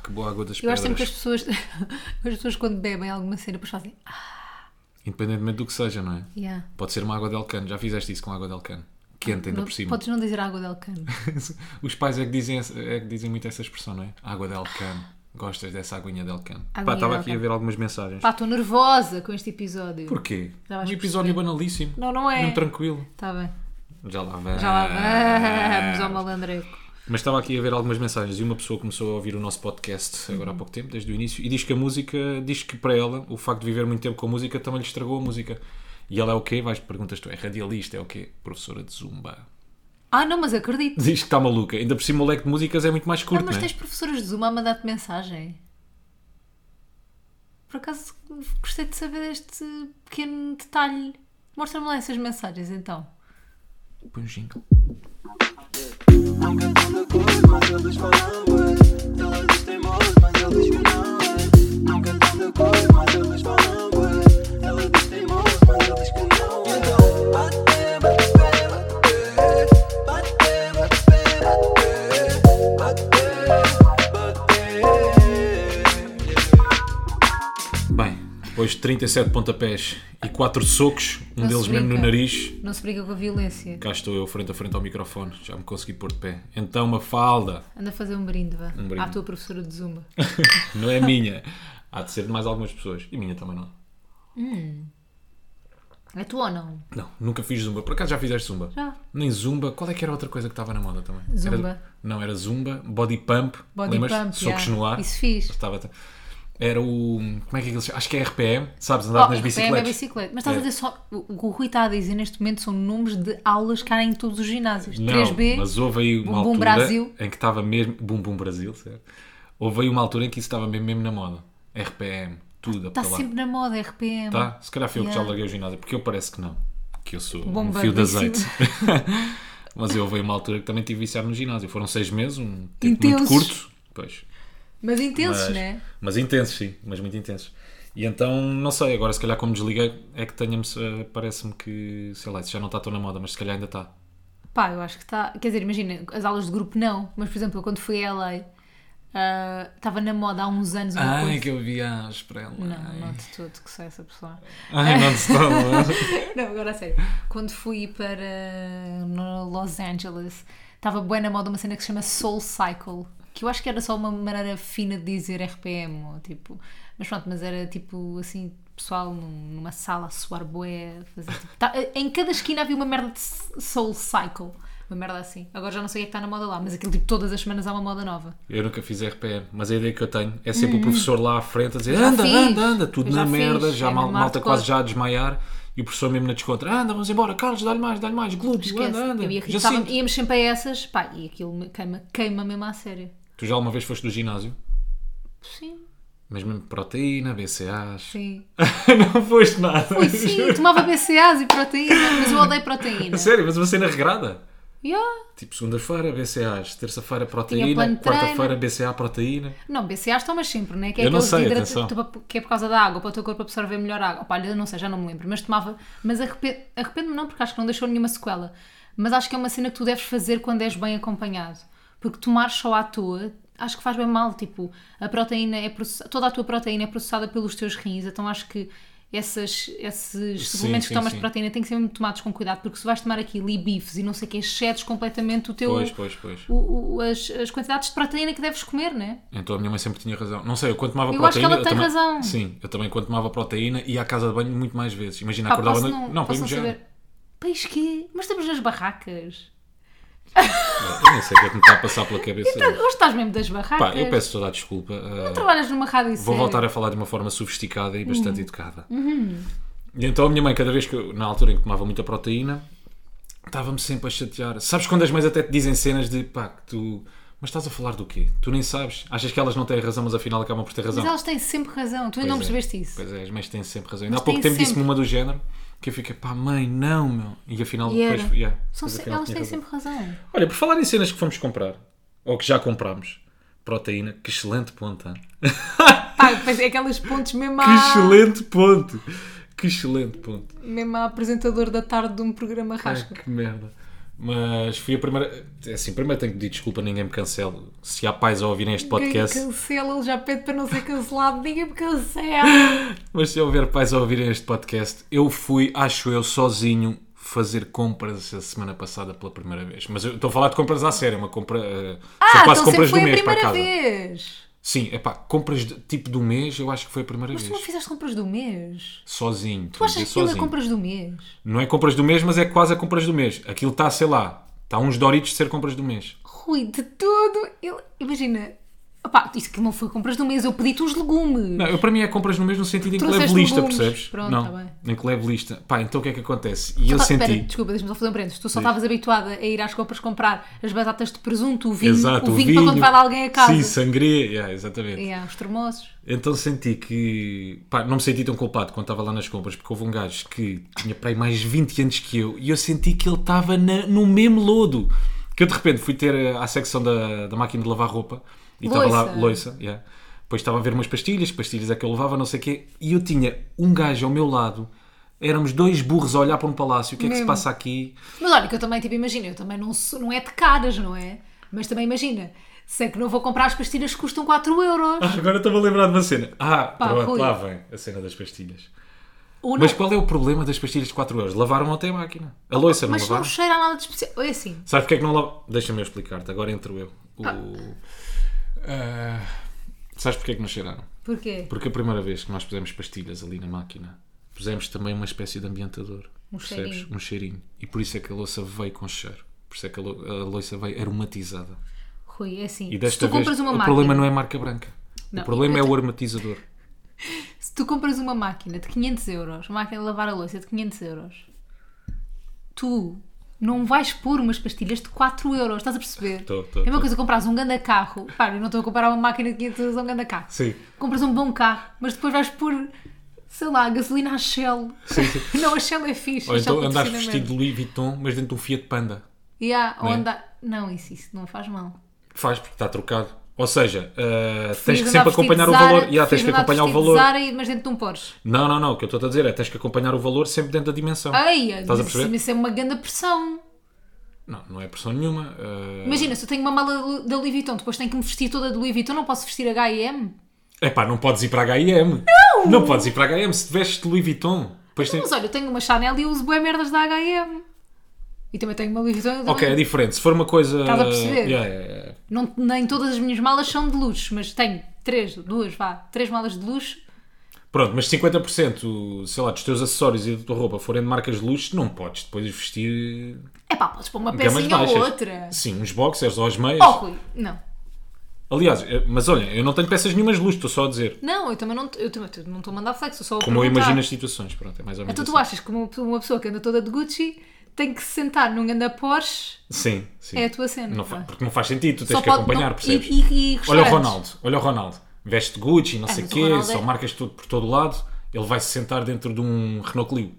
que boa água das Eu acho sempre pedras. que as pessoas quando bebem alguma cena depois fazem. Independentemente do que seja, não é? Yeah. Pode ser uma água de Alcano. Já fizeste isso com água de Alcano? Quente ainda Não, por cima. podes não dizer água de Alcano. Os pais é que dizem muito essa expressão, não é? Água de Alcano. Gostas dessa aguinha de Alcano? Aguinha Estava de aqui a Alcano. ver algumas mensagens. Pá, estou nervosa com este episódio. Porquê? Já vais Um episódio perceber. banalíssimo. Não é. Mesmo tranquilo. Está bem. Já lá vamos. Já lá vamos ao malandreco. Mas estava aqui a ver algumas mensagens e uma pessoa começou a ouvir o nosso podcast agora há pouco tempo, desde o início, e diz que a música, diz que para ela, o facto de viver muito tempo com a música também lhe estragou a música. E ela é o quê? Perguntas tu, é radialista, é o quê? Professora de Zumba. Não, mas acredito. Diz que está maluca. Ainda por cima o leque de músicas é muito mais curto, Mas não é? tens professoras de Zuma a mandar-te mensagem? Por acaso gostei de saber deste pequeno detalhe. Mostra-me lá essas mensagens então. Põe um jingle. Nunca estão de acordo, mas eles falam bué. Ela diz teimoso, mas ele diz que não é. Nunca estão de acordo, mas eles falam bué. Ela diz teimoso, mas ele diz que não é. Então, bate, bate, bate, bate, bate, bate. Bem, depois de 37 pontapés e 4 socos, um Não deles se mesmo no brinca. nariz, Não se briga com a violência. cá estou eu frente a frente ao microfone, já me consegui pôr de pé. Então, Mafalda, Anda a fazer um brinde, vá. Um brinde. À tua professora de Zumba. não é minha, há de ser de mais algumas pessoas. E minha também não. É tua ou não? Não, nunca fiz Zumba. Por acaso já fizeste Zumba? Já. Nem Zumba. Qual é que era outra coisa que estava na moda também? Zumba. Não, era Zumba, Body Pump. Body lembras? pump, Socos yeah. no ar. Isso fiz. Era o... Como é que ele se chama? Acho que é RPM. Sabes, andar nas RPM bicicletas. é bicicleta. Mas estás É. a dizer só... O que o Rui está a dizer neste momento são nomes de aulas que há em todos os ginásios. Não, 3B, mas houve aí uma Bumbum altura Brasil. em que estava mesmo... Bumbum Brasil, certo? Houve aí uma altura em que isso estava mesmo na moda. RPM, tudo a Está falar. sempre na moda, RPM. Tá? Se calhar fui eu que já Yeah. larguei o ginásio, porque eu parece que não. Que eu sou um Bombadíssimo. fio de azeite. Mas eu houve aí uma altura que também tive viciado no ginásio. Foram 6 meses, um tempo muito Intensos. curto. Pois. Mas intensos, Mas- né? Mas intensos, sim, mas muito intensos. E então, não sei, agora se calhar como desliguei, é que parece-me que, sei lá, isso já não está tão na moda, mas se calhar ainda está. Pá, eu acho que está... Quer dizer, imagina, as aulas de grupo não. Mas, por exemplo, eu quando fui a LA, estava na moda há uns anos uma Ai, coisa... que eu viajo para ela. Não de todo, que sou essa pessoa. Ai, não se toma. Não, agora a sério. Quando fui para no Los Angeles, estava bué na moda uma cena que se chama Soul Cycle, que eu acho que era só uma maneira fina de dizer RPM, ou tipo... Mas pronto, mas era tipo assim, pessoal numa sala a suar bué, a fazer, tipo, em cada esquina havia uma merda de Soul Cycle. Uma merda assim. Agora já não sei o que é que está na moda lá, mas aquilo tipo todas as semanas há uma moda nova. Eu nunca fiz RPM, mas a ideia que eu tenho é sempre o professor lá à frente a dizer Já anda, fiz. anda, anda, tudo Eu na já merda, fiz. já É mesmo malta hardcore. quase já a desmaiar e o professor mesmo na descontra, anda, vamos embora, Carlos, dá-lhe mais, glúteo, Esquece. anda, anda. Eu ia, Jacinto. íamos sempre a essas, pá, e aquilo queima mesmo à sério. Tu já alguma vez foste do ginásio? Sim, Mas mesmo proteína, BCAAs? sim. Não foste nada. Pois sim, tomava BCAAs e proteína, mas eu odeio proteína. Sério, mas uma cena regrada? Yeah. Tipo, segunda-feira BCAAs, terça-feira Tinha proteína, plano de treino. quarta-feira BCA proteína. Não, BCAAs tomas sempre, né? Que é Eu não aqueles sei, de atenção. que é por causa da água, para o teu corpo absorver melhor água. Opá, eu não sei, já não me lembro, mas tomava. Mas arrependo-me não, porque acho que não deixou nenhuma sequela. Mas acho que é uma cena que tu deves fazer quando és bem acompanhado. Porque tomar só à toa, acho que faz bem mal. Tipo, a proteína toda a tua proteína é processada pelos teus rins, então acho que esses suplementos que tomas sim. de proteína têm que ser mesmo tomados com cuidado, porque se vais tomar aquilo e bifes e não sei o que, excedes completamente o teu. Pois. As quantidades de proteína que deves comer, né? Então a minha mãe sempre tinha razão. Não sei, eu quando tomava Eu acho que proteína. ela tem também, razão. Sim, eu também quando tomava proteína ia à casa de banho muito mais vezes. Imagina, Pá, acordava. posso Não, para ir posso já. saber. País quê? Mas estamos nas barracas. Eu nem sei o que é que me está a passar pela cabeça. Hoje estás mesmo das barracas. Pá, eu peço toda a desculpa. Trabalhas numa rádio Vou séria. voltar a falar de uma forma sofisticada e bastante educada. E então a minha mãe, cada vez que na altura em que tomava muita proteína, estava-me sempre a chatear. Sabes quando as mães até te dizem cenas de pá, que tu. Mas estás a falar do quê? Tu nem sabes. Achas que elas não têm razão, mas afinal acabam por ter razão. Mas elas têm sempre razão. Tu ainda não Pois é. percebeste isso. Pois é, as mães têm sempre razão. Ainda Mas há pouco têm tempo disse-me sempre. uma do género que eu fiquei, pá, mãe, não, meu. E afinal, E depois. era. Yeah, São depois se- afinal elas tinha têm razão. sempre razão. Olha, por falar em cenas que fomos comprar, ou que já comprámos, proteína, que excelente ponto. Hein? Pá, depois é aquelas pontes mesmo Que excelente ponto. Que excelente ponto. mesmo a apresentador da tarde de um programa Ai, rasca. que merda. Mas fui a primeira. É assim, primeiro tenho que pedir desculpa, ninguém me cancela. Se há pais a ouvirem este podcast. Ninguém cancela, ele já pede para não ser cancelado. Ninguém me cancela. Mas se houver pais a ouvirem este podcast, eu fui, acho eu, sozinho fazer compras a semana passada pela primeira vez. Mas eu estou a falar de compras à sério, uma compra. São quase então compras do sempre foi a mês para primeira casa. vez. Sim, é pá, compras tipo do mês, eu acho que foi a primeira Mas tu vez. não fizeste compras do mês? Sozinho. Tu achas que aquilo é compras do mês? Não é compras do mês, mas é quase a compras do mês. Aquilo está, sei lá, está a uns Doritos de ser compras do mês. Rui, de tudo. Imagina. Opá, isso que não foi compras do mês, eu pedi-te uns legumes. Não, eu para mim é compras no mês no sentido em que Trouxeste levo lista, legumes. percebes? Pronto, não, tá bem. em que levo lista. Pá, então o que é que acontece? E eu senti... Espera, desculpa, deixa-me só fazer um parênteses. Tu só estavas habituada a ir às compras comprar as batatas de presunto, o vinho, Exato, o vinho para quando vai lá alguém a casa. Sim, sangria, yeah, exatamente. Os termossos. Então senti que... Pá, não me senti tão culpado quando estava lá nas compras, porque houve um gajo que tinha para aí mais 20 anos que eu e eu senti que ele estava no mesmo lodo. Que eu de repente fui ter à secção da máquina de lavar roupa e estava lá, loiça, yeah. Depois estava a ver umas pastilhas é que eu levava, não sei o quê, e eu tinha um gajo ao meu lado, éramos dois burros a olhar para um palácio, o que é que se passa aqui? Mas olha, que eu também, tipo, imagina, eu também não é de caras, não é? Mas também imagina, sei que não vou comprar as pastilhas que custam 4 euros. Agora estou-me a lembrar de uma cena. Pronto, Rui. lá vem a cena das pastilhas. Ou Mas não. qual é o problema das pastilhas de 4 euros? Lavaram até a máquina. A louça não Mas não lavaram. cheira a nada de especial. É assim. Sabes porque é que não lavaram? Deixa-me eu explicar-te, agora entro eu. Sabes porque é que não cheiraram? Porquê? Porque a primeira vez que nós pusemos pastilhas ali na máquina, pusemos também uma espécie de ambientador. Um Percebes? cheirinho. Um cheirinho. E por isso é que a louça veio com cheiro. Por isso é que a louça veio aromatizada. Rui, é assim. E Se desta tu vez compras uma o máquina. problema não é a marca branca. Não, o problema eu é o te- aromatizador. Se tu compras uma máquina de 500 euros, uma máquina de lavar a louça de 500 euros, tu não vais pôr umas pastilhas de 4 euros, estás a perceber? Tô. É uma coisa, compras um ganda carro. Pá, eu não estou a comparar uma máquina de 500 euros a um ganda carro. Sim. Compras um bom carro, mas depois vais pôr, sei lá, gasolina à Shell. Sim. Não, a Shell é fixe. Ou a Shell então andares patrocina vestido de mesmo. Louis Vuitton, mas dentro de um Fiat Panda. Ou Não é? andar... Não, isso não faz mal. Faz porque está trocado. Ou seja, tens Fui que andar sempre vestido acompanhar de o Zara, valor. fui Tens que andar acompanhar o vestido de valor. Zara, mas dentro de um Porsche. Não. O que eu estou a dizer é tens que acompanhar o valor sempre dentro da dimensão. Ei, Estás a perceber? isso é uma grande pressão. Não é pressão nenhuma. Imagina, se eu tenho uma mala da Louis Vuitton, depois tenho que me vestir toda de Louis Vuitton, não posso vestir H&M? Epá, não podes ir para a H&M. Não podes ir para a H&M se te vestes de Louis Vuitton. Depois tem... Mas olha, eu tenho uma Chanel e uso bué merdas da H&M. E também tenho uma Louis Vuitton. Ok, é diferente. Se for uma coisa... Estás a perceber? Yeah. Não, nem todas as minhas malas são de luxo, mas tenho três malas de luxo. Pronto, mas 50%, sei lá, dos teus acessórios e da tua roupa forem de marcas de luxo, não podes depois vestir É pá, podes pôr uma gamas pecinha ou baixas. outra. Sim, uns boxers ou as meias. Oh, Rui, não. Aliás, mas olha, eu não tenho peças nenhumas de luxo, estou só a dizer. Não, eu também não estou a mandar flex, eu só a Como eu perguntar. imagino as situações, pronto, é mais ou menos Então tu assim. achas que uma pessoa que anda toda de Gucci tem que se sentar num ganda Porsche, Sim. é a tua cena. Não pá. porque não faz sentido, tu tens Só que pode- acompanhar, não- percebes? E Olha restaurantes? o Ronaldo. Veste Gucci, não sei o mas o quê, Ronaldo só é- marcas tudo por todo lado. Ele vai se sentar dentro de um Renault Clio.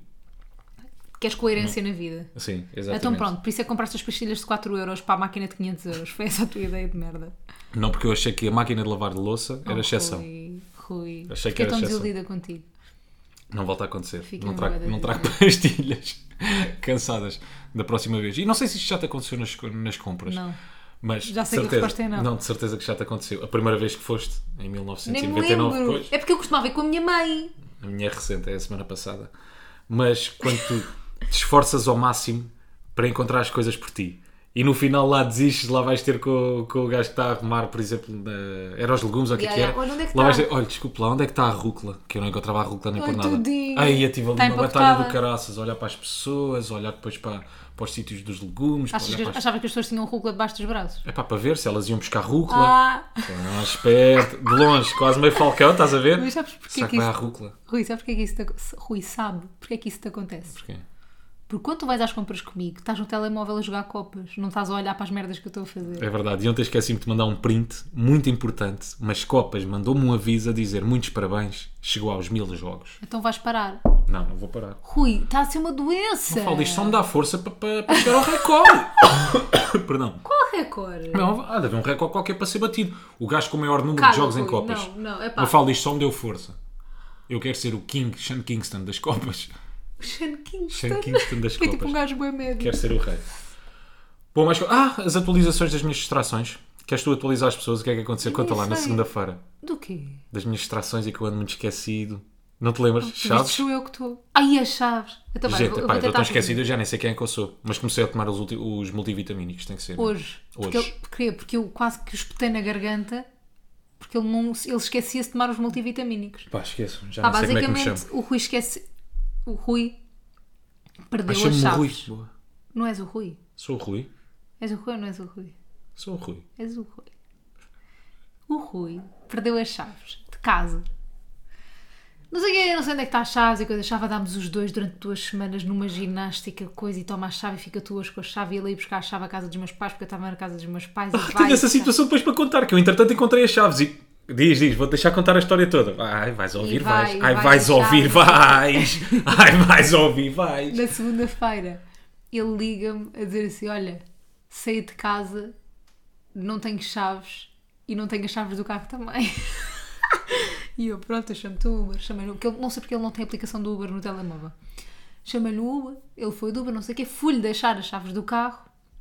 Queres coerência na vida. Sim, exatamente. Então pronto, por isso é que compraste as pastilhas de 4 euros para a máquina de 500 euros. Foi essa a tua ideia de merda. Não, porque eu achei que a máquina de lavar de louça era exceção. Rui. Achei que Fiquei era tão exceção. desiludida contigo. Não volta a acontecer. Fica Não na trago, boa da não vida. trago pastilhas cansadas da próxima vez. E não sei se isto já te aconteceu nas compras. Não. Mas Já sei de que a certeza, resposta é não. de certeza que já te aconteceu. A primeira vez que foste, em Nem me 1999, lembro. depois. É porque eu costumava ir com a minha mãe. A minha é recente, é a semana passada. Mas quando tu te esforças ao máximo para encontrar as coisas por ti e no final lá desistes, lá vais ter com o gajo que está a arrumar, por exemplo, era os legumes ou o que Yeah, que era. yeah. Olha, onde é que Lá vais está? dizer, olha, desculpe lá, onde é que está a rúcula? Que eu não encontrava a rúcula nem Ai, por nada. tudinho. Aí eu tive ali Está uma empacotada. batalha do caraças, olhar para as pessoas, olhar depois para os sítios dos legumes, para olhar para as... Achava que as pessoas tinham rúcula debaixo dos braços? É pá, para ver se elas iam buscar rúcula. Ah! Esperto, de longe, quase meio falcão, estás a ver? Mas sabes porquê Será que que vai à isso... rúcula? Rui, sabes porquê que isso te... Rui, sabe porquê que isso te acontece? Porquê? Porque quando tu vais às compras comigo, estás no telemóvel a jogar copas. Não estás a olhar para as merdas que eu estou a fazer. É verdade, e ontem esqueci-me de mandar um print muito importante, mas Copas mandou-me um aviso a dizer muitos parabéns, chegou aos 1000 jogos. Então vais parar. Não vou parar. Rui, está a ser uma doença. Não falo disto, só me dá força para chegar ao recorde. Perdão. Qual recorde? Não, há de haver um recorde qualquer para ser batido. O gajo com o maior número Cala, de jogos em Rui, Copas. não, é pá. Eu falo disto, só me deu força. Eu quero ser o Sean Kingston das Copas. Sean Kingston. Sean Kingston das Foi tipo Copas. um gajo bem médio. Quero ser o rei. Bom, mas... as atualizações das minhas distrações. Queres tu atualizar as pessoas? O que é que aconteceu? Conta lá, na sei. segunda-feira. Do quê? Das minhas distrações e que eu ando muito esquecido. Não te lembras? Mas Chaves? sou eu que estou. Ai, as chaves. Então, vai, Gente, eu pá, vou eu estou tentar tão esquecido, fazer. eu já nem sei quem é que eu sou. Mas comecei a tomar os multivitamínicos, tem que ser. não é? Hoje. Hoje. Porque eu quase que o espetei na garganta porque ele esquecia-se de tomar os multivitamínicos. Pá, esqueço. Já Pá, não sei como é que me chamo. basicamente, o Rui perdeu as Chamo-me Rui. chaves. Boa. Não és o Rui? Sou o Rui. És o Rui ou não és o Rui? Sou o Rui. És o Rui. O Rui perdeu as chaves de casa. Não sei o quê, não sei onde é que está as chaves e coisa. A chave dámos os dois durante 2 semanas numa ginástica, coisa, e toma a chave e fica tu hoje com a chave e ele ia buscar a chave à casa dos meus pais porque eu estava na casa dos meus pais e vai. Tenho essa situação depois para contar, que eu entretanto encontrei as chaves e... Diz, vou deixar contar a história toda. Ai, vais ouvir, vai, vais. Ai, vai vais deixar. ouvir, vais. Ai, vais ouvir, vais. Na segunda-feira ele liga-me a dizer assim: olha, saí de casa, não tenho chaves e não tenho as chaves do carro também. E eu, pronto, eu chamo-te o Uber, chamei-lhe, porque não sei porque ele não tem aplicação do Uber no telemóvel. Chamei-lhe o Uber, ele foi do Uber, não sei o quê, fui-lhe deixar as chaves do carro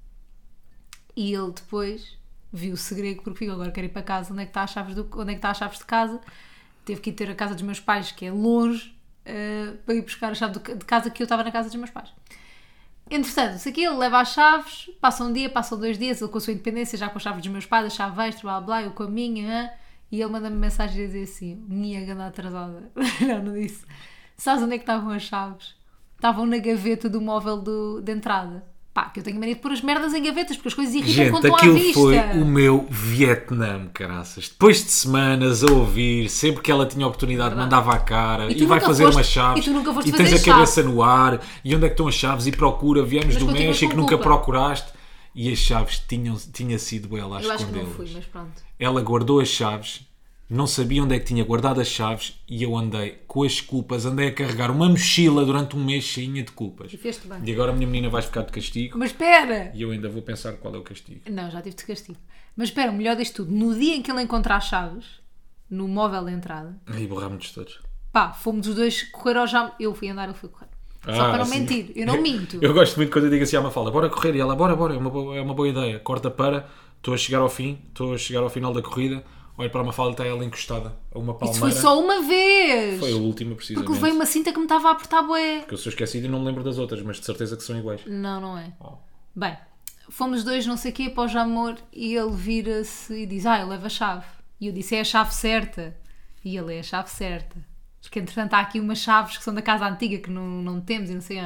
e ele depois viu o segredo porque fica, agora quero ir para casa, onde é que está as chaves, onde é que está as chaves de casa? Teve que ir ter a casa dos meus pais, que é longe, para ir buscar a chave de casa, que eu estava na casa dos meus pais. Entretanto, isso aqui, ele leva as chaves, passa um dia, passam 2 dias, ele com a sua independência, já com as chaves dos meus pais, a chave extra, blá blá, eu com a minha, e ele manda-me mensagem a dizer assim: minha ganda atrasada. Não disse. Sabes onde é que estavam as chaves? Estavam na gaveta do móvel de entrada. Pá, que eu tenho mania de pôr as merdas em gavetas, porque as coisas irritam quando Gente, estão à aquilo vista. foi o meu Vietnã, caraças. Depois de semanas a ouvir, sempre que ela tinha oportunidade, Verdade. mandava a cara E tu e vai nunca fazer foste- umas chaves. e tu nunca foste e tens fazer a cabeça chave. no ar. E onde é que estão as chaves? E procura, viemos Mas do continuas México, com nunca culpa. procuraste. E as chaves tinha sido ela a Eu acho que não escondê-las. fui, mas pronto. Ela guardou as chaves, não sabia onde é que tinha guardado as chaves e eu andei com as culpas, andei a carregar uma mochila durante um mês cheinha de culpas. E fez-te bem. E agora a minha menina vai ficar de castigo Mas espera! e eu ainda vou pensar qual é o castigo. Não, já tive de castigo. Mas espera, o melhor disto tudo, no dia em que ele encontrar as chaves, no móvel de entrada, Aí borramos-nos todos. pá, fomos os dois correr ao jam. Eu fui andar, ele foi correr. Só para não sim. mentir, eu não minto. Eu gosto muito quando eu digo assim à Mafalda, bora correr, e ela, bora, é uma boa ideia. Corta para, estou a chegar ao final da corrida, olho para a Mafalda e está ela encostada a uma Isso palmeira. foi só uma vez! Foi a última, precisamente. Porque levei uma cinta que me estava a apertar bué. Porque eu sou esquecido e não me lembro das outras, mas de certeza que são iguais. Não, não é. Oh. Bem, fomos dois, não sei o quê, para o Jamor e ele vira-se e diz: eu levo a chave. E eu disse: é a chave certa. E ele: é a chave certa. Porque entretanto há aqui umas chaves que são da casa antiga que não temos e não sei.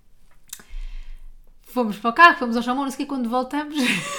Fomos para o carro, fomos ao Jamor, não sei o quê, quando voltamos.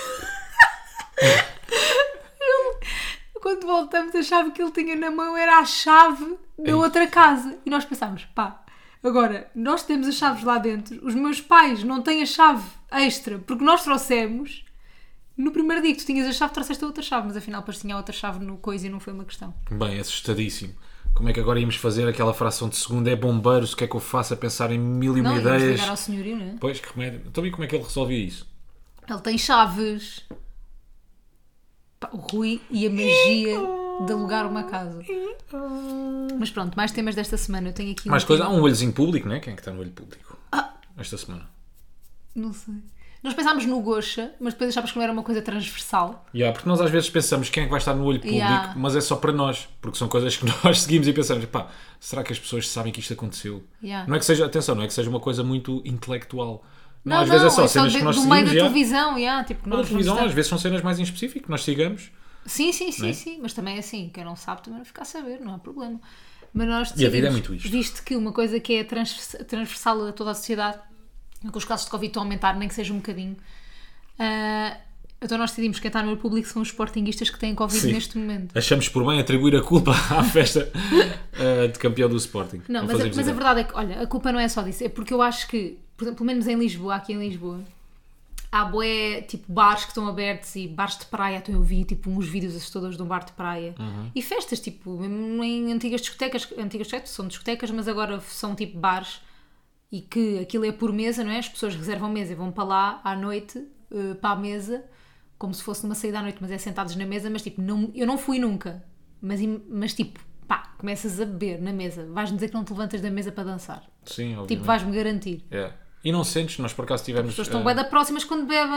Quando voltamos, a chave que ele tinha na mão era a chave da outra casa. E nós pensámos: pá, agora nós temos as chaves lá dentro, os meus pais não têm a chave extra, porque nós trouxemos. No primeiro dia que tu tinhas a chave, trouxeste a outra chave, mas afinal depois tinha a outra chave no coisa e não foi uma questão. Bem, assustadíssimo. Como é que agora íamos fazer aquela fração de segundo? É bombeiros, o que é que eu faço a pensar em mil e uma Não, íamos ideias? ligar ao senhorio, não é? Pois, que remédio. Então e como é que ele resolvia isso? Ele tem chaves. Pá, o Rui e a magia de alugar uma casa. Mas pronto, mais temas desta semana. Eu tenho aqui Mais um coisa, tema- há um olhozinho público, não é? Quem é que está no olho público? Esta semana. Não sei. Nós pensámos no Gosha, mas depois achámos que não era uma coisa transversal. Porque nós às vezes pensamos quem é que vai estar no olho público, Yeah. mas é só para nós, porque são coisas que nós seguimos e pensamos, pá, será que as pessoas sabem que isto aconteceu? Yeah. Não é que seja, atenção, não é que seja uma coisa muito intelectual. Não, às vezes é só é cenas que nós do seguimos. meio da já. televisão, tipo, que Ou da nós televisão, vamos às vezes são cenas mais em específico que nós sigamos. Sim, Não é? sim, mas também é assim, quem não sabe também não fica a saber, não há problema. Mas nós E a vida é decidimos, muito isto. visto que uma coisa que é transversal a toda a sociedade, é que os casos de Covid estão a aumentar, nem que seja um bocadinho, então nós decidimos que quem está no olho público são os sportinguistas que têm Covid Sim. neste momento. Achamos por bem atribuir a culpa à festa de campeão do Sporting. Não, mas fazemos a ideia. verdade é que, olha, a culpa não é só disso, é porque eu acho que, por exemplo, pelo menos em Lisboa, aqui em Lisboa, há bué, tipo, bares que estão abertos e bares de praia, então eu vi, tipo, uns vídeos assustadores de um bar de praia. E festas, tipo, mesmo em antigas discotecas, são discotecas, mas agora são, tipo, bares, e que aquilo é por mesa, não é? As pessoas reservam mesa e vão para lá à noite, para a mesa, como se fosse numa saída à noite, mas é sentados na mesa, mas, tipo, eu não fui nunca, mas tipo, pá, começas a beber na mesa, vais-me dizer que não te levantas da mesa para dançar. Sim, obviamente. Tipo, vais-me garantir. É. E não sentes, nós por acaso tivemos... As pessoas estão bué da próximas quando bebem.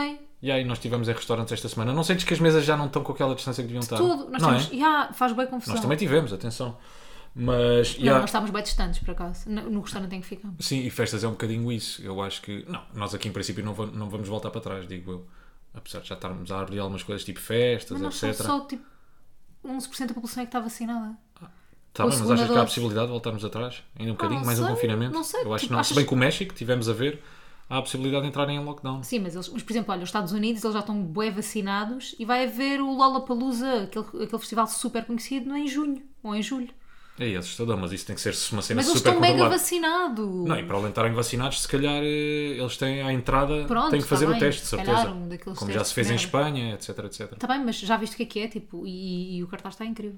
E aí nós tivemos em restaurantes esta semana. Não sentes que as mesas já não estão com aquela distância que deviam estar? Tudo. Nós não temos... é? Yeah, faz bem confusão. Nós também tivemos, atenção. Mas, Não, nós estávamos bem distantes, por acaso. No restaurante em que ficamos. sim, e festas é um bocadinho isso. Eu acho que... Não, nós aqui em princípio não vamos voltar para trás, digo eu. Apesar de já estarmos a abrir algumas coisas tipo festas, Mas nós etc. somos só tipo 11% da população é que está vacinada. Tá com bem, a mas segunda achas que há a dose. possibilidade de voltarmos atrás? Ainda um bocadinho? não Mais um sei, confinamento? não sei, Eu acho tipo, que não. achas- Se bem que o México, tivemos a ver, há a possibilidade de entrarem em lockdown. Sim, mas por exemplo, olha, os Estados Unidos eles já estão bué vacinados e vai haver o Lollapalooza, aquele festival super conhecido, em junho ou em julho. É assustador, mas isso tem que ser uma cena Mas eles super estão mega controlada. vacinados. Não, e para além de estarem vacinados, se calhar eles têm à entrada, Pronto, têm que fazer tá o bem, teste, de se certeza. calhar um daqueles Como já testes se fez de em merda. Espanha, etc, etc. Está bem, mas já viste o que é, tipo, e o cartaz está incrível.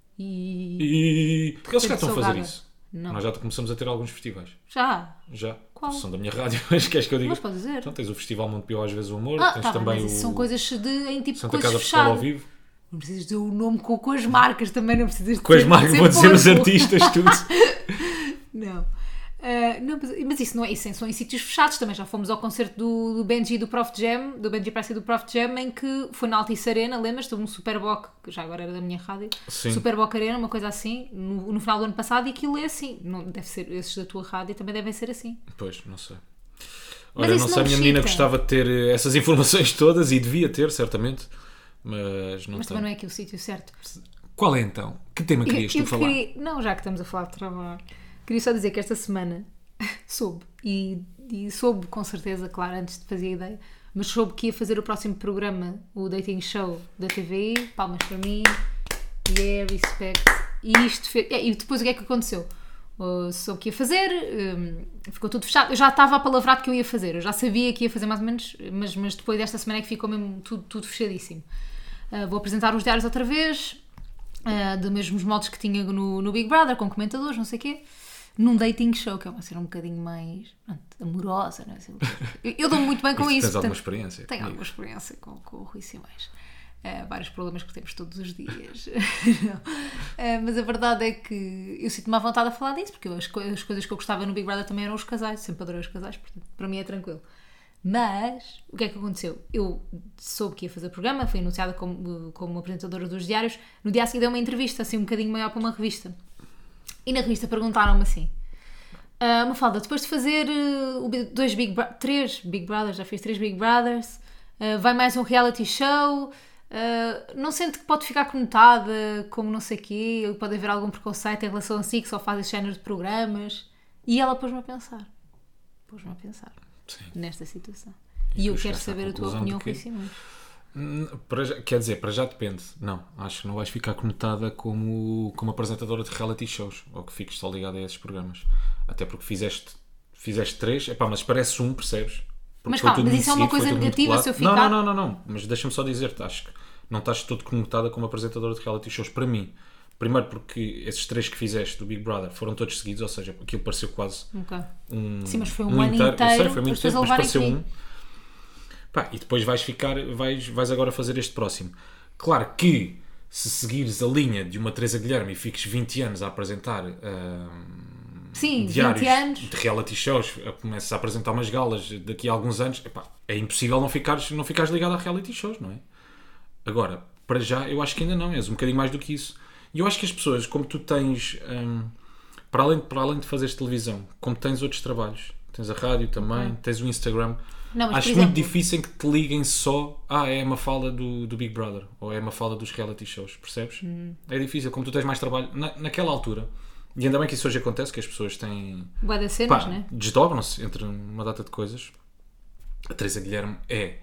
E eles já estão a fazer salgada. isso. Não. Nós já começamos a ter alguns festivais. Já. Já. Qual? São da minha rádio, mas queres que eu diga? Mas podes dizer. Então tens o Festival Montepio às vezes o Humor, Ah, tens tá bem, também mas isso o são coisas em tipo Santa coisas Casa Festival ao fechadas. Vivo. Não precisas dizer o nome com as marcas também, não precisas Com as marcas, vou dizer os porco. artistas, tudo. Não. Não, mas isso não é isso, são em sítios fechados também. Já fomos ao concerto do Benji e do Prof Jam, do Benji Price e do Prof Jam, em que foi na Altice Arena, lembras? Teve um Superboc, que já agora era da minha rádio, Sim. Superboc Arena, uma coisa assim, no final do ano passado, e aquilo é assim. Não, deve ser, esses da tua rádio também devem ser assim. Pois, não sei. Mas Olha, isso não sei, a não minha menina excita. gostava de ter essas informações todas e devia ter, certamente, mas não Mas tem. também não é aqui o sítio certo. Qual é então? Que tema querias tu falar? Não, já que estamos a falar de trabalho, queria só dizer que esta semana soube, e soube com certeza, claro, antes de fazer a ideia, mas soube que ia fazer o próximo programa, o Dating Show da TVI, palmas para mim, yeah, respect, e isto fez, e depois o que é que aconteceu? Soube que ia fazer, ficou tudo fechado, eu já estava apalavrado que eu ia fazer, eu já sabia que ia fazer mais ou menos, mas depois desta semana é que ficou mesmo tudo fechadíssimo. Vou apresentar os diários outra vez, dos mesmos modos que tinha no Big Brother, com comentadores, não sei o quê, num dating show, que é uma cena um bocadinho mais amorosa, não é? Eu dou muito bem com isso. Tens alguma portanto, experiência? Tenho comigo? alguma experiência com o Rui Simões. Vários problemas que temos todos os dias. Não. Mas a verdade é que eu sinto-me à vontade a falar disso, porque as coisas que eu gostava no Big Brother também eram os casais, sempre adorei os casais, portanto, para mim é tranquilo. Mas, o que é que aconteceu? Eu soube que ia fazer o programa, fui anunciada como apresentadora dos diários. No dia a seguir dei uma entrevista, assim, um bocadinho maior para uma revista. E na revista perguntaram-me assim: Mafalda, depois de fazer três Big Brothers, já fiz 3 Big Brothers, vai mais um reality show, não sente que pode ficar conotada como não sei o quê, pode haver algum preconceito em relação a si, que só faz esse género de programas? E ela pôs-me a pensar. Sim. Nesta situação. E E eu tu quero chegaste à saber a tua conclusão opinião, de que- Rui Simões. Quer dizer, para já depende. Não, acho que não vais ficar conotada como apresentadora de reality shows, ou que fiques só ligada a esses programas. Até porque fizeste 3, mas parece percebes? Porque Mas foi calma, tudo mas isso é uma muito coisa seguido, foi tudo muito negativa se eu colado. ficar? Não, mas deixa-me só dizer-te, acho que não estás todo conotada como apresentadora de reality shows para mim. Primeiro porque esses 3 que fizeste do Big Brother foram todos seguidos, ou seja, aquilo pareceu quase Ok. um Sim, mas foi um ano inteiro. inteiro, Eu sei, foi as muito pessoas tempo, a mas levarem pareceu comigo. E depois vais agora fazer este próximo. Claro que se seguires a linha de uma Teresa Guilherme e fiques 20 anos a apresentar Sim, diários 20 anos. de reality shows, começas a apresentar umas galas daqui a alguns anos, é impossível não ficares ligado a reality shows, não é? Agora, para já, eu acho que ainda não, és um bocadinho mais do que isso. E eu acho que as pessoas, como tu tens, para além de fazeres televisão, como tens outros trabalhos, tens a rádio também, tens o Instagram, Não, mas, acho por muito exemplo, difícil que te liguem só é uma fala do Big Brother ou é uma fala dos reality shows, percebes? É difícil, como tu tens mais trabalho naquela altura, e ainda bem que isso hoje acontece, que as pessoas têm bué de cenas, né? desdobram-se entre uma data de coisas. A Teresa Guilherme é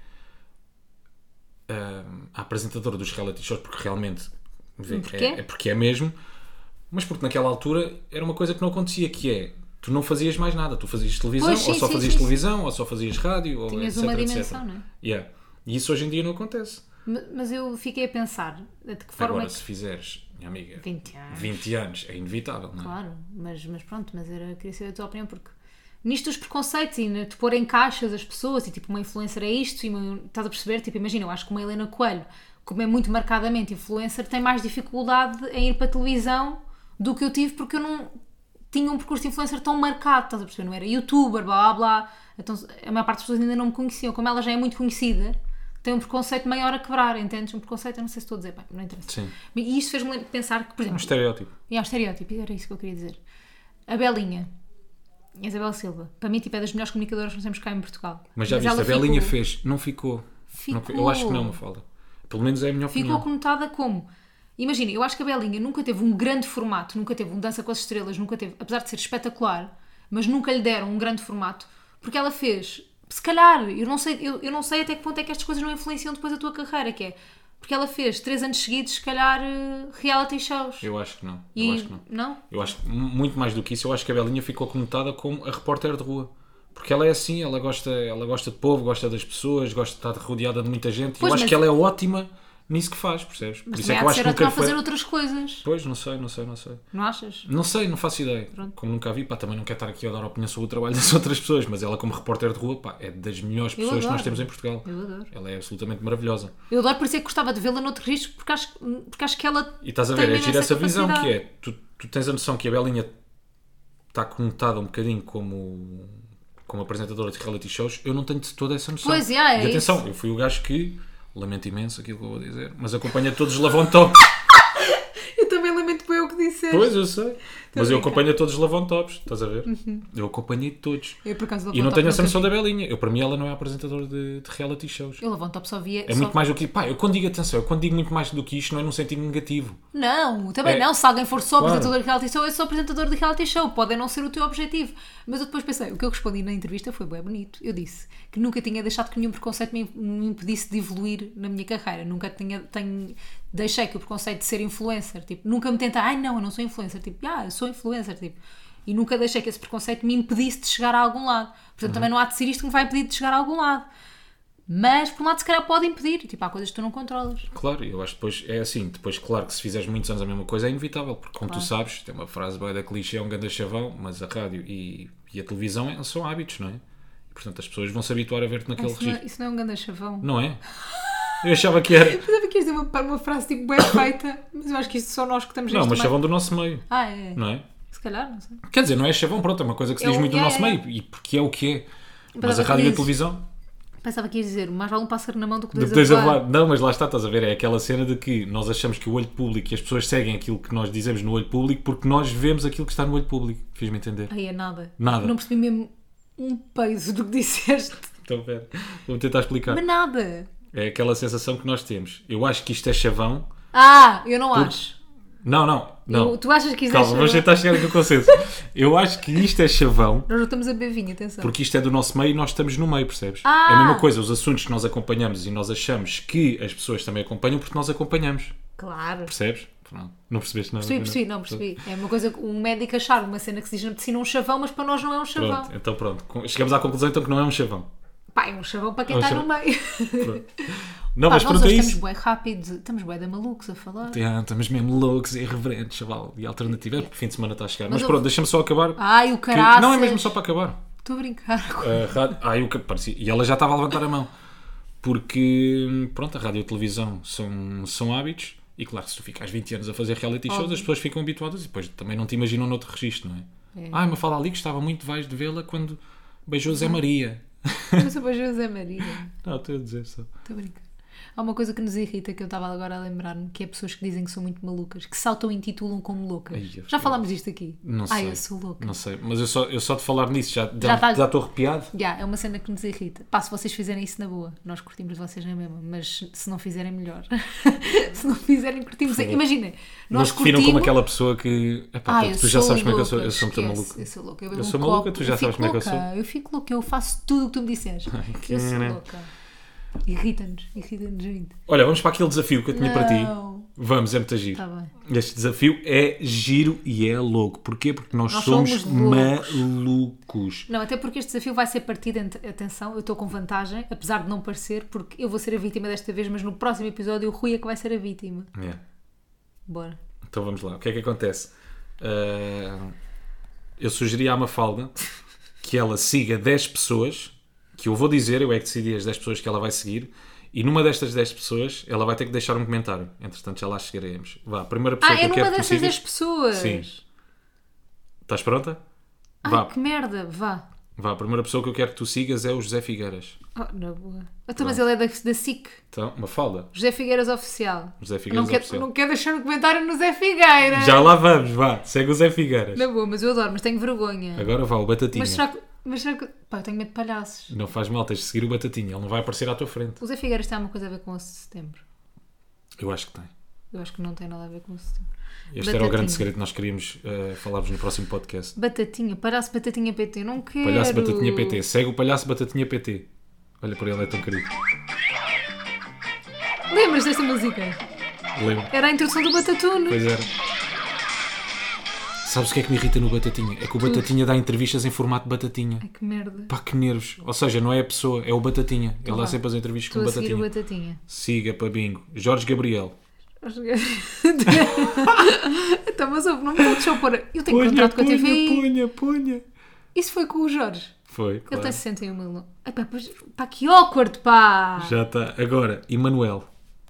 a apresentadora dos reality shows porque realmente Porquê? é porque é mesmo, mas porque naquela altura era uma coisa que não acontecia, que é tu não fazias mais nada, tu fazias televisão, Pois, sim, ou só sim, fazias sim, televisão, ou só fazias rádio, ou Tinhas etc, uma etc. dimensão, não é? Yeah. E isso hoje em dia não acontece. Mas eu fiquei a pensar de que forma Agora, é que... se fizeres, minha amiga, 20 anos. 20 anos, é inevitável, não é? Claro, mas pronto, queria saber a tua opinião, porque nisto dos preconceitos e de pôr em caixas as pessoas e tipo uma influencer é isto, estás a perceber? Tipo, imagina, eu acho que uma Helena Coelho, como é muito marcadamente influencer, tem mais dificuldade em ir para a televisão do que eu tive, porque eu não tinha um percurso de influencer tão marcado, estás a perceber? Não era youtuber, blá blá blá. Então a maior parte das pessoas ainda não me conheciam. Como ela já é muito conhecida, tem um preconceito maior a quebrar, entendes? Um preconceito, eu não sei se estou a dizer bem, não interessa. Sim. E isto fez-me pensar que, por Um exemplo, estereótipo. e há um estereótipo, era isso que eu queria dizer. A Belinha, a Isabel Silva, para mim, tipo, é das melhores comunicadoras que nós temos cá em Portugal. Mas já viste, ela a Belinha ficou- fez. Não ficou. Ficou. Eu acho que não, Mafalda. Pelo menos é a minha Ficou opinião. conotada como... Imagina, eu acho que a Belinha nunca teve um grande formato, nunca teve um Dança com as Estrelas, nunca teve, apesar de ser espetacular, mas nunca lhe deram um grande formato, porque ela fez, se calhar, eu não sei até que ponto é que estas coisas não influenciam depois a tua carreira, que é, porque ela fez 3 anos seguidos, se calhar, reality shows. Eu acho que não. E- Eu acho que não. Não? Eu acho que, muito mais do que isso, eu acho que a Belinha ficou conotada como a repórter de rua. Porque ela é assim, ela gosta de povo, gosta das pessoas, gosta de estar rodeada de muita gente. Pois, eu acho mas- que ela é ótima nisso que faz, percebes? Por Mas isso é também que há eu de acho ser que ótima nunca a fazer foi... outras coisas, Pois, não sei. não achas? Não sei, não faço ideia. Como nunca a vi, pá, também não quero estar aqui a dar opinião sobre o trabalho das outras pessoas, mas ela como repórter de rua, pá, é das melhores pessoas que nós adoro. temos em Portugal. Eu adoro. Ela é absolutamente maravilhosa. Eu adoro, por isso é que gostava de vê-la noutro risco, porque acho que ela E estás a tem ver, é mesmo gira essa visão que capacidade. é, tu tens a noção que a Belinha está conotada um bocadinho como apresentadora de reality shows, eu não tenho de toda essa noção. Pois, é E atenção, isso. eu fui o gajo que, lamento imenso aquilo que eu vou dizer, mas acompanha todos os lavão-top. Eu também lamento foi eu que disseste. Pois, eu sei. Mas eu brincar. acompanho todos os lavão-tops, estás a ver? Eu acompanhei todos. Eu, por acaso, E não tenho essa noção da Belinha. Eu, para mim, ela não é apresentadora de reality shows. Eu Levant Top só via... É muito mais do que... Pá, eu quando digo atenção, eu quando digo muito mais do que isto, não é num sentido negativo. Não, também É. não. Se alguém for só Claro. apresentador de reality show, é só apresentador de reality show. Pode não ser o teu objetivo. Mas eu depois pensei, o que eu respondi na entrevista foi bem bonito. Eu disse que nunca tinha deixado que nenhum preconceito me impedisse de evoluir na minha carreira. Nunca deixei que o preconceito de ser influencer, tipo, nunca me tentei, ai não, eu não sou influencer. Tipo, eu sou influencer, tipo. E nunca deixei que esse preconceito me impedisse de chegar a algum lado. Portanto, também não há de ser isto que me vai impedir de chegar a algum lado. Mas, por um lado, se calhar pode impedir. Tipo, há coisas que tu não controlas. Claro, eu acho que depois é assim. Depois, claro que se fizeres muitos anos a mesma coisa é inevitável. Porque, como tu sabes, tem uma frase bem da clichê, é um grande chavão, mas a rádio e a televisão são hábitos, não é? E, portanto, as pessoas vão se habituar a ver-te naquele registro. Isso não é um grande chavão. Não é? Eu achava que era. Pensava que ias dizer uma frase tipo bem feita, mas eu acho que isto só nós que estamos Não, neste mas meio. chavão do nosso meio, Ah, é. não é? Se calhar, não sei. Quer dizer, não é chavão, pronto, é uma coisa que se diz Eu- muito no yeah, nosso yeah. meio. E porque é o que é. Mas Pensava a rádio e a que televisão. Pensava que ias dizer, mais vale um pássaro na mão do que De dois dois a a voar. voar. Não, mas lá está, estás a ver? É aquela cena de que nós achamos que o olho público e as pessoas seguem aquilo que nós dizemos no olho público porque nós vemos aquilo que está no olho público. Fiz-me entender? Ai, é nada. Nada. Não percebi mesmo um peso do que disseste. Então, pera, vou tentar explicar. Mas nada. É aquela sensação que nós temos. Eu acho que isto é chavão. Ah, eu não acho. Não. Tu achas que isso Calma, é vamos chavão? tentar chegar aqui ao consenso. Eu acho que isto é chavão Nós não estamos a beber vinho, atenção. porque isto é do nosso meio e nós estamos no meio, percebes? Ah! É a mesma coisa, os assuntos que nós acompanhamos e nós achamos que as pessoas também acompanham porque nós acompanhamos. Claro. Percebes? Pronto. Não percebeste nada? Percebi. É uma coisa, um médico achar uma cena que se diz na medicina um chavão, mas para nós não é um chavão. Pronto, então pronto. Chegamos à conclusão então que não é um chavão. Pá, é um chavão para quem É um está chavão. no meio. Pronto. Não, Pá, mas nós pronto, é hoje isso. estamos bué rápidos, estamos bué da malucos a falar. Estamos mesmo loucos e irreverentes, chaval. E alternativa é porque o fim de semana está a chegar. Mas, eu- pronto, deixa-me só acabar. Ai, o que- caraças. Não é mesmo só para acabar. Estou a brincar. A rádio, parecia. E ela já estava a levantar a mão. Porque, pronto, a rádio e a televisão são hábitos. E claro, se tu ficas 20 anos a fazer reality shows, Óbvio. as pessoas ficam habituadas e depois também não te imaginam noutro registro, não é? Ai, mas fala ali, gostava muito vais de vê-la quando beijou Zé Maria. Mas eu beijo José Maria. Não, estou a dizer só. Estou a brincar. Há uma coisa que nos irrita que eu estava agora a lembrar-me, que é pessoas que dizem que são muito malucas, que se auto-intitulam como loucas. Ai, eu Já falámos disto aqui? Não Ai, sei. eu sou louca. Não sei, mas eu só de falar nisso já estás- estou arrepiado. Já, é uma cena que nos irrita. Pá, se vocês fizerem isso na boa, nós curtimos vocês na mesma, mas se não fizerem, melhor. Se não fizerem, curtimos. Imaginem, Não nós se definam curtimos. como aquela pessoa que. Epá, Ah, eu tu já sou sabes como é que eu louca, sou. Eu sou muito esquece, maluco. Eu sou louca. Eu, Eu bebo sou um maluca, copo, tu já sabes fico como é que eu louca. Eu fico louca, eu faço tudo o que tu me disseres. Eu sou cara. louca. Irrita-nos muito. Olha, vamos para aquele desafio que eu tinha para ti. Não. Vamos, é muito giro. Tá bem. Este desafio é giro e é louco. Porquê? Porque nós Nós somos somos loucos. malucos. Não, até porque este desafio vai ser partido, atenção, eu estou com vantagem, apesar de não parecer, porque eu vou ser a vítima desta vez, mas no próximo episódio o Rui é que vai ser a vítima. É. Bora. Então vamos lá. O que é que acontece? Eu sugeri à Mafalda que ela siga 10 pessoas, que eu vou dizer, eu é que decidi as 10 pessoas que ela vai seguir, e numa destas 10 pessoas ela vai ter que deixar um comentário. Entretanto, já lá chegaremos. Vá, a primeira pessoa que É eu quero numa que tu dessas sigas. 10 pessoas. Sim. Estás pronta? Ai, Vá, que merda, vá. Vá, a primeira pessoa que eu quero que tu sigas é o José Figueiras. Na boa. Então, mas ele é da SIC. Então, Mafalda. José Figueiras Oficial. José Figueiras Oficial. Não quero deixar um comentário no Zé Figueiras. Já lá vamos, vá. Segue o Zé Figueiras. Na boa, mas eu adoro, mas tenho vergonha. Agora vá, o Batatinha. Mas será que... Pá, eu tenho medo de palhaços. Não faz mal, tens de seguir o Batatinha. Ele não vai aparecer à tua frente. O Zé Figueiras tem alguma coisa a ver com o 11 de setembro? Eu acho que tem. Eu acho que não tem nada a ver com o 11 de setembro. Este era o grande segredo que nós queríamos falar-vos no próximo podcast. Batatinha, palhaço Batatinha PT, não quero. Palhaço Batatinha PT. Segue o Palhaço Batatinha PT. Olha por ele, é tão querido. Lembras desta música? Lembro. Era a introdução do Batatune. Pois era. Sabes o que é que me irrita no Batatinha? É que o Batatinha dá entrevistas em formato Batatinha. Ai, que merda. Pá, que nervos. Ou seja, não é a pessoa, é o Batatinha. Ele vá. dá sempre as entrevistas Estou com a o seguir Batatinha. o Batatinha. Siga para bingo. Jorge Gabriel. Então, mas ouve, não me podes só pôr. Eu tenho contrato com a TVI. Punha. Isso foi com o Jorge. Foi, Ele claro. tem 61 mil. Epá, pois, pá, que awkward, pá. Já está. Agora, Emanuel.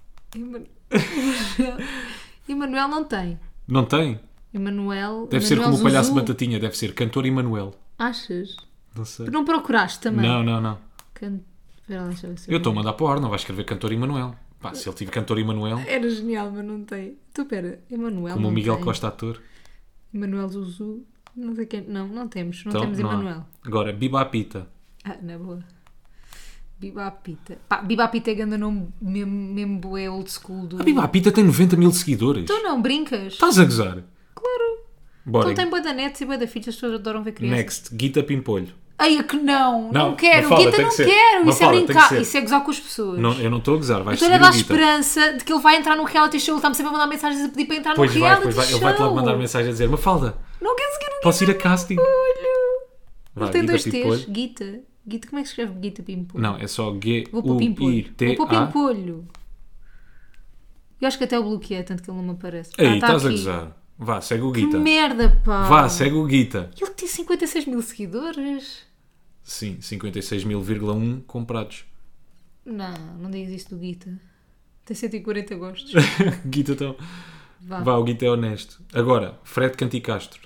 Emanuel não tem. Não tem? Emanuel. Deve ser como o Palhaço Zuzu. Batatinha. Deve ser Cantor Emanuel. Achas? Não sei. Não procuraste também? Não. Espera lá, deixa eu ver se Eu estou a mandar para o ar, não vais escrever Cantor Emanuel. Pá, se ele tiver Cantor Emanuel, Era genial, mas não tem. Então, espera. Emanuel como não o Miguel tem. Costa ator. Emanuel Zuzu. Não sei quem. Não temos. Não Então, temos não há. Emanuel. Agora, Biba a Pita. Na boa. Biba a Pita. Pá, Biba a Pita é grande nome mesmo bué old school do... A Biba a Pita tem 90 mil seguidores. Tu não brincas? Estás a gozar? Claro. Bora. Então tem bué da nets e bué da filhas, as pessoas adoram ver crianças. Next, Guita Pimpolho. Ai, é que não Não, quero. Mafalda, Guita tem não que ser. quero. Isso é Mafalda, tem que brincar. ser. Isso é gozar com as pessoas. Não, eu não estou a gozar, vais Estou a seguir dar o Guita. esperança de que ele vai entrar no reality show. Ele está-me sempre a mandar mensagens a pedir para entrar Pois no vai, reality pois vai. show. Ele vai-te logo mandar mensagem a dizer: Mafalda, Não quero seguir o posso ir a casting? Pimpolho. Vai, Ele tem Guita dois T's. Pimpolho. Guita. Guita, como é que se escreve Guita Pimpolho? Não, é só Vou para o Pimpolho. Vou G-U-I-T-A. para o Pimpolho. Eu acho que até o bloqueei, tanto que ele não me aparece. Aí, tá estás a aqui. gozar. Vá, segue o Que Guita. merda, pá. Vá, segue o Guita. Ele tem 56 mil seguidores. Sim, 56.000,1 comprados. Não digas isso do Guita. Tem 140 gostos. Guita então. Vá. Vá, o Guita é honesto. Agora, Fred Canticastro.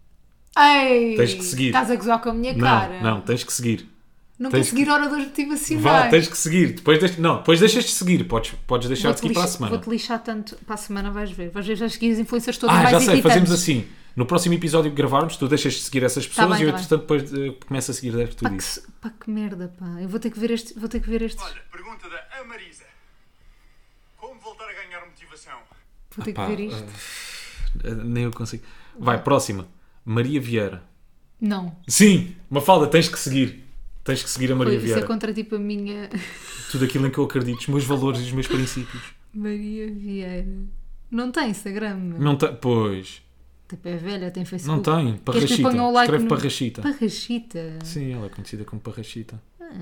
Ei, Tens que seguir. Estás a gozar com a minha cara. Não, tens que seguir. Não tens quero seguir oradores motivacionais. Vá, tens que seguir. Depois deixas de seguir. Podes deixar de seguir para a semana. Vou-te lixar tanto. Para a semana vais ver. Vais ver, vais seguir as influências todas Ah, mais já sei, irritantes. fazemos assim. No próximo episódio que gravarmos, tu deixas de seguir essas pessoas bem, e eu, tá entretanto, depois começo a seguir deve Pá, tudo isso. que merda, pá. Eu vou ter que ver este. Olha, pergunta da Amarisa. Como voltar a ganhar motivação? Vou ter que Pá, ver isto. nem eu consigo. Vai, próxima. Maria Vieira. Não. Sim, Mafalda, tens que seguir. Tens que seguir a Maria Isso é Vieira. contra tipo a minha. Tudo aquilo em que eu acredito, os meus valores e os meus princípios. Maria Vieira. Não tem Instagram. Não tem. Pois. Tipo, é velha, tem Facebook. Não tem. Queres que lhe Parrachita. ponha o like Escreve no- Parrachita. Parrachita. Sim, ela é conhecida como Parrachita.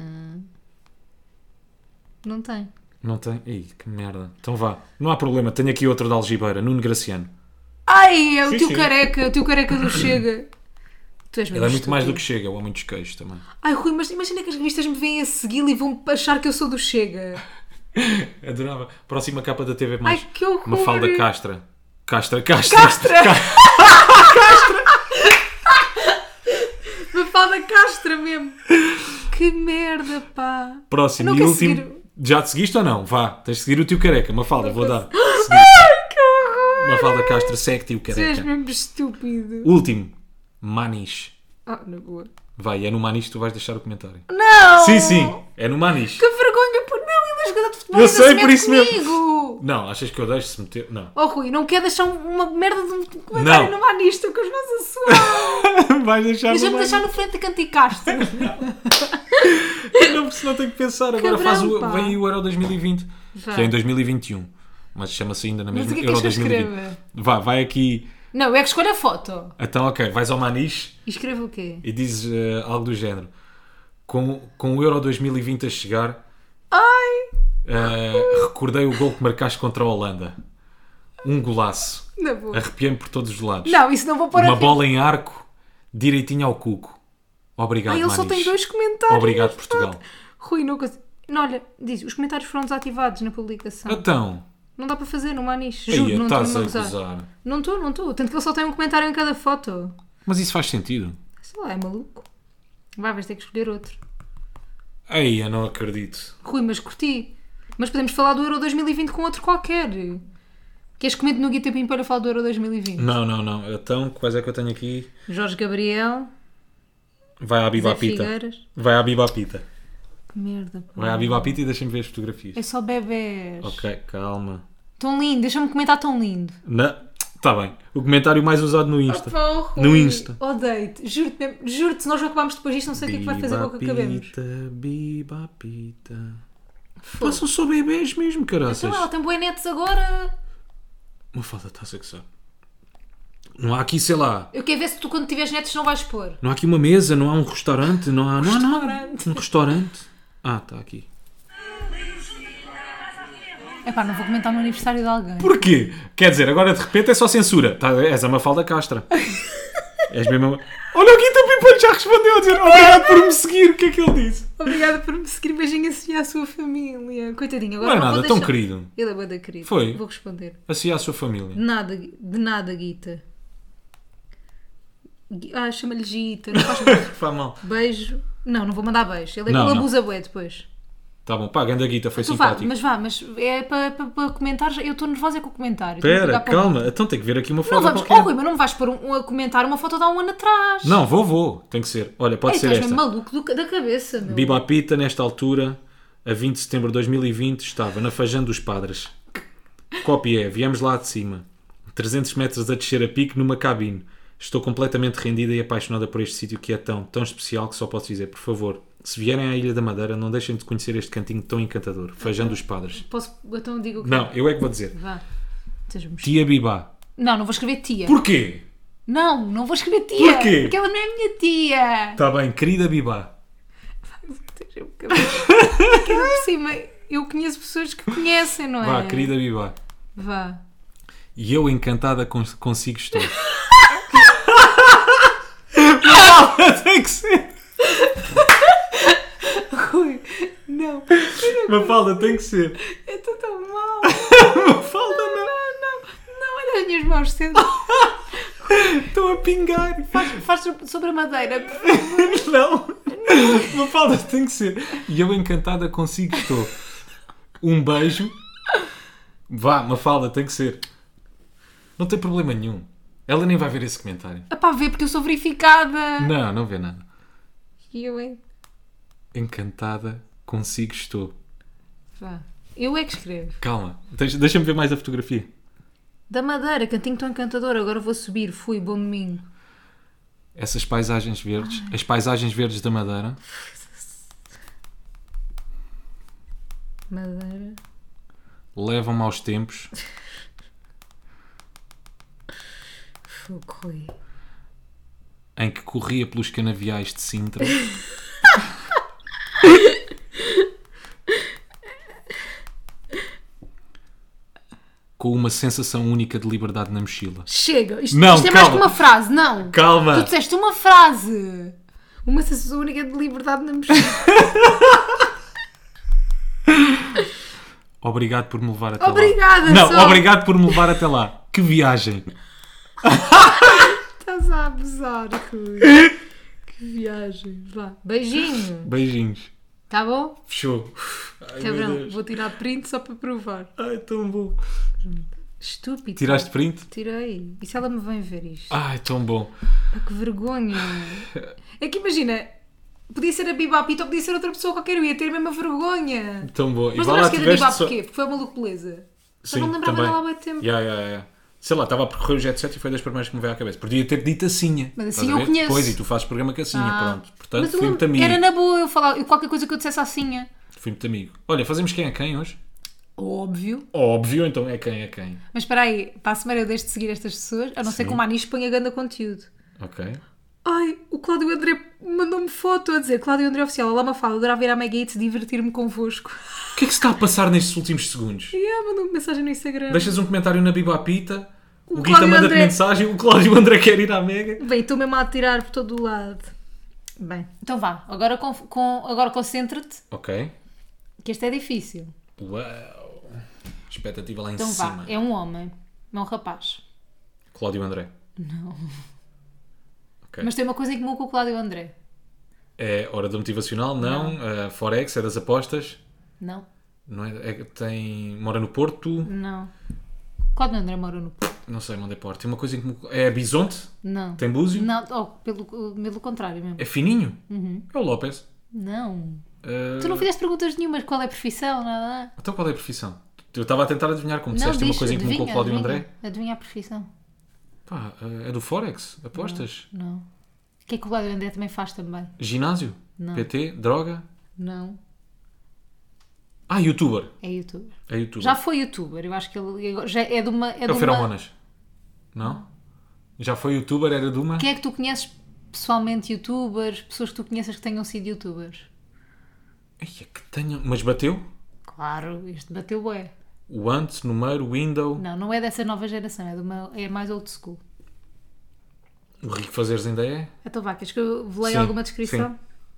Não tem. Não tem? Ih, que merda. Então vá. Não há problema. Tenho aqui outro da Algibeira. Nuno Graciano. Ai, é o Sim, teu sim. careca. O teu careca do Chega. Tu és Ele mesmo é muito mais do estúpido. que chega. É o homem dos queijos também. Ai, Rui, mas imagina que as revistas me vêm a segui-lo e vão achar que eu sou do Chega. Adorava. Próxima capa da TV+. Ai, que horror. Mafalda Castra. Castra. Mafalda Castra mesmo. Que merda, pá. Próximo Eu e não quero último. seguir. Já te seguiste ou não? Vá. Tens de seguir o teu careca. Mafalda, vou dar. Ai, que horror. Mafalda Castra, segue-te o Tu és careca. mesmo estúpido. Último. Maniche. Na boa. Vai, é no Maniche que tu vais deixar o comentário. Não! Sim, sim. É no Maniche. Que vergonha, por não, ele é jogador de futebol. Eu ainda sei, se por mete isso mesmo. comigo. Não, achas que eu deixo se meter? Não. Oh, Rui, não quer deixar uma merda de um comentário Não. no Manista com as mãos a suar. Vais deixar no Deixa-me Maniche. deixar no frente de Canticastro. Não, porque senão tenho que pensar. Agora Cabrão, pá. vem o Euro 2020, Vai. que é em 2021. Mas chama-se ainda na Mas mesma o que é que Euro queres que eu 2020. escreva? Vai aqui. Não, eu é que escolho a foto. Então, ok, vais ao Maniche E escreva o quê? e dizes algo do género. Com o Euro 2020 a chegar, recordei o gol que marcaste contra a Holanda. Um golaço. Na boa. Arrepiei-me por todos os lados. Não, isso não vou pôr Uma aqui. bola em arco, direitinho ao cuco. Obrigado, Ele só Maniche. tem 2 comentários. Obrigado, Portugal. Rui, não consigo. Não, olha, diz, os comentários foram desativados na publicação. Então, Não dá para fazer no Maniche. Juro, aí não estou estás a a gozar. gozar. Não estou. Tanto que ele só tem um comentário em cada foto. Mas isso faz sentido. Sei lá, é maluco. Vais ter que escolher outro. Ei, eu não acredito. Rui, mas curti. Mas podemos falar do Euro 2020 com outro qualquer. Queres que comente no Guita Pim para falar do Euro 2020? Não. Então, quais é que eu tenho aqui? Jorge Gabriel, Vai à Biba Zé Pita. Figueiras. Vai à Biba Pita. Que merda, pá. Vai à Biba Pita e deixa-me ver as fotografias. É só bebés. Ok, calma. Tão lindo, deixa-me comentar tão lindo. Tá bem. O comentário mais usado no Insta. No Insta. Odeio-te. Juro-te, mesmo. Juro-te, se nós não acabámos depois disto, não sei o que é que vai fazer com o que acabemos. Biba Pita. Passam só bebês mesmo, caraças. Então ela tem bué netos agora. Uma falta está a gozar. Não há aqui, sei lá. Eu quero ver se tu quando tiveres netos não vais pôr. Não há aqui uma mesa, não há um restaurante, não há nada. Restaurante. Um restaurante. Ah, está aqui. Epá, não vou comentar no aniversário de alguém. Porquê? Quer dizer, agora de repente é só censura. És a Mafalda Castra. És mesmo. Olha, o Guita Pimpolho já respondeu a dizer obrigado por me seguir. O que é que ele disse? Obrigada por me seguir. Beijinho assim à sua família. Coitadinho. Agora Não é vou nada, tão deixar. querido. Ele é bué da querido. Foi? Vou responder. Assim à sua família. De nada, Guita. Chama-lhe Gita. Não faz mal. Faz mal. Beijo. Não vou mandar beijo. Ele Não. abusa bué depois. Tá bom, pá, ganda Guita, foi Então simpático. mas é para comentar. Eu estou nervosa com o comentário. Espera, calma. Então tem que ver aqui uma Não foto vamos. qualquer. Oh, Rui, mas não me vais pôr a comentar uma foto de há um ano atrás. Não, vou. Tem que ser. Olha, pode Ei, ser tu és esta. mesmo maluco da cabeça, meu. Biba Pita, nesta altura, a 20 de setembro de 2020, estava na Fajã dos Padres. Cópia é, viemos lá de cima. 300 metros a descer a pique numa cabine. Estou completamente rendida e apaixonada por este sítio que é tão especial que só posso dizer, por favor, se vierem à Ilha da Madeira, não deixem de conhecer este cantinho tão encantador. Fajã dos Padres. Então digo o quê? Não, eu é que vou dizer. Vá. Seja um Tia Biba. Não vou escrever tia. Porquê? Não vou escrever tia. Porquê? Porque ela não é minha tia. Está bem, querida Biba. Porque por cima, eu conheço pessoas que conhecem, não é? Vá, querida Biba. Vá. E eu encantada consigo estou. Tem que ser. Rui, não. Mafalda, tem que ser. Eu estou tão mal. Mafalda, não. Não, olha as minhas mãos sendo. Estou a pingar. Faz sobre a madeira, por favor. Não. Mafalda, tem que ser. E eu encantada consigo estou. Um beijo. Vá, Mafalda, tem que ser. Não tem problema nenhum. Ela nem vai ver esse comentário. É para ver porque eu sou verificada. Não vê nada. E eu, hein? Encantada consigo estou. Vá. Eu é que escrevo. Calma, deixa-me ver mais a fotografia. Da Madeira, cantinho tão encantador. Agora vou subir. Fui, bom domingo. Essas paisagens verdes, as paisagens verdes da Madeira, Madeira. levam-me aos tempos Fogo, Rui. em que corria pelos canaviais de Sintra com uma sensação única de liberdade na mochila. Chega. Isto Não, é mais calma. que uma frase. Não. Calma! Tu disseste uma frase. Uma sensação única de liberdade na mochila. Obrigado por me levar até Obrigada, lá. Não, só. obrigado por me levar até lá. Que viagem! Estás a abusar, Rui. Que viagem. Vá. Beijinho. Beijinhos. Tá bom? Fechou. Ai, meu Cabrão, Deus. vou tirar print só para provar. Ai, tão bom. Estúpido. Tiraste print? Tirei. E se ela me vem ver isto? Ai, tão bom. Pá, que vergonha. É que imagina, podia ser a Biba Pita ou podia ser outra pessoa qualquer, eu ia ter a mesma vergonha. Tão bom. Mas vá lá, lembraste que era tiveste Biba só- porquê? Porque foi a maluco beleza. Só Sim, não me lembrava também. dela há muito tempo. Yeah. Sei lá, estava a percorrer o Jet Set e foi das primeiras que me veio à cabeça. Podia ter dito Assinha. Mas Estás assim a eu ver? conheço. Pois, e tu fazes programa com Assinha, Ah. pronto. Portanto, Mas eu fui-me-te lembro- amigo. era na boa eu falar qualquer coisa que eu dissesse assim. Fui-me-te amigo. Olha, fazemos quem é quem hoje? Óbvio. Óbvio, então é quem é quem. Mas espera aí, para a semana eu deixo de seguir estas pessoas, a não ser Sim. que o Manis ponha grande conteúdo. Ok. Ai, o Cláudio André mandou-me foto a dizer Cláudio André Oficial, olá Mafalda, adorava ir à Mega Hits divertir-me convosco. O que é que se está a passar nestes últimos segundos? E ela mandou-me mensagem no Instagram. Deixas um comentário na Biba Pita, o Guita Cláudio manda-te André. mensagem, o Cláudio André quer ir à Mega. Bem, estou mesmo a tirar por todo o lado. Bem, então vá, agora concentra-te, Ok. que este é difícil. Uau. Expectativa lá em Então cima. vá, é um homem, não é um rapaz. Cláudio André. Não. Ok. Mas tem uma coisa em comum com o Cláudio André. É orador motivacional? Não. Forex? É das apostas? Não. Não é, mora no Porto? Não. Cláudio André mora no Porto. Não sei, não é Porto. Tem uma coisa em que é Bisonte? Não. Tem Búzio? Não, pelo contrário mesmo. É fininho? É o López. Não. Tu não fizeste perguntas nenhumas. Qual é a profissão? Nada. Então qual é a profissão? Eu estava a tentar adivinhar, como Não, disseste, tem uma diz, coisa em comum com o Cláudio André. Adivinha a profissão. Pá, é do Forex? Apostas? Não. O que é que o Cláudio André também faz também? Ginásio? Não. PT? Droga? Não. Youtuber. É youtuber. É youtuber. Já foi youtuber. Eu acho que ele agora já é de uma... É o Feromonas? Não? Já foi youtuber, era de uma? Quem é que tu conheces pessoalmente youtubers? Pessoas que tu conheças que tenham sido youtubers? Ai, é que tenho... Mas bateu? Claro, este bateu bué. O antes, número, window. Não é dessa nova geração, é mais old school. O Rico Fazeres ainda é? Então vá, queres que eu leia Sim, alguma descrição?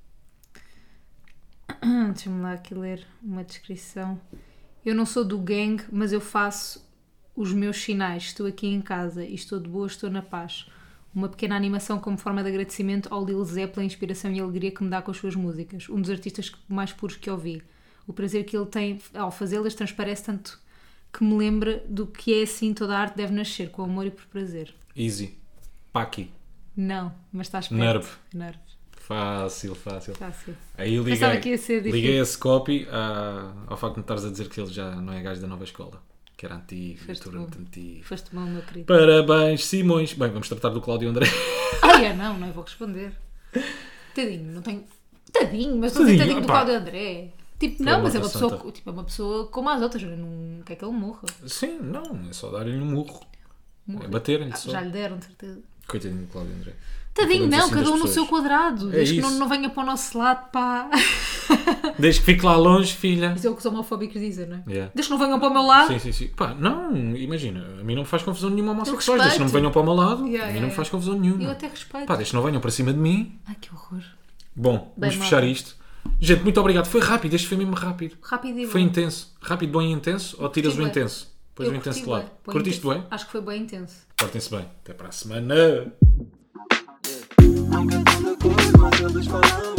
Deixa-me lá aqui ler uma descrição. Eu não sou do gang, mas eu faço os meus sinais. Estou aqui em casa e estou de boa, estou na paz. Uma pequena animação como forma de agradecimento ao Lil Zé pela inspiração e alegria que me dá com as suas músicas. Um dos artistas mais puros que ouvi. O prazer que ele tem ao fazê-las transparece tanto que me lembra do que é assim toda a arte deve nascer, com amor e por prazer. Easy. Paqui. Não, mas estás perto. Nerve. Nerve. Fácil. Fácil. Aí Pensava que ia ser difícil. liguei esse copy ao facto de me estares a dizer que ele já não é gajo da nova escola. Que era antigo, Foste muito bom. antigo. Foste mal, meu querido. Parabéns, Simões. Bem, vamos tratar do Cláudio André. Não vou responder. Tadinho, não tenho. Tadinho, mas não Tadinho, tenho tadinho do opá. Cláudio André. Tipo, não, mas é uma Santa. pessoa, tipo, é uma pessoa como as outras. Eu não quer que ele morra. Sim, não, é só dar-lhe um murro. É bater-lhe só. Já lhe deram, de certeza. Coitadinho do Cláudio André. Tadinho, Falamos não, assim cada das um no pessoas. seu quadrado. É Desde que isso. não venha para o nosso lado, pá. Desde que fique lá longe, filha. Isso é o que os homofóbicos dizem, não é? Yeah. Desde que não venham para o meu lado. Sim. Pá, não, imagina, a mim não me faz confusão nenhuma homossexuais. respeito. Desde que não me venham para o meu lado, Yeah, a mim não me yeah. faz confusão nenhuma. Eu até respeito. Pá, desde que não venham para cima de mim. Ai, que horror. Bom, Bem, vamos fechar malta. isto. Gente, muito obrigado. Foi rápido, este foi mesmo rápido. Rápido e bom. Foi intenso. Rápido, bom e intenso? Ou tiras o bué. intenso? Pões Eu o intenso curti de lado. bué. Bué Curtiste intenso. bem? Acho que foi bem intenso. Portem-se bem. Até para a semana. Nunca tão de cor, mas eles falam